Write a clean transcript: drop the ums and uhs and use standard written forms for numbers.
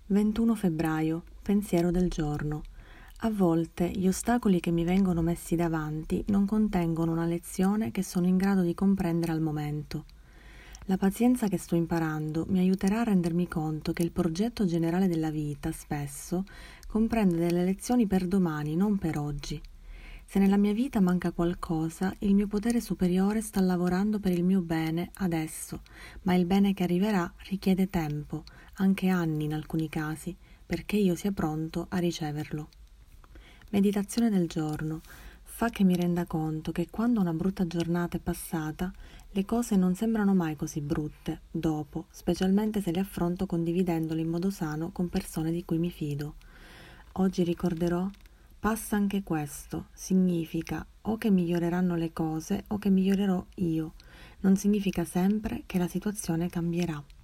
21 febbraio, pensiero del giorno. A volte gli ostacoli che mi vengono messi davanti non contengono una lezione che sono in grado di comprendere al momento. La pazienza che sto imparando mi aiuterà a rendermi conto che il progetto generale della vita spesso comprende delle lezioni per domani, non per oggi. Se nella mia vita manca qualcosa, il mio potere superiore sta lavorando per il mio bene adesso, ma il bene che arriverà richiede tempo, anche anni in alcuni casi, perché io sia pronto a riceverlo. Meditazione del giorno. Fa che mi renda conto che quando una brutta giornata è passata, le cose non sembrano mai così brutte, dopo, specialmente se le affronto condividendole in modo sano con persone di cui mi fido. Oggi ricorderò, passa anche questo, significa o che miglioreranno le cose o che migliorerò io, non significa sempre che la situazione cambierà.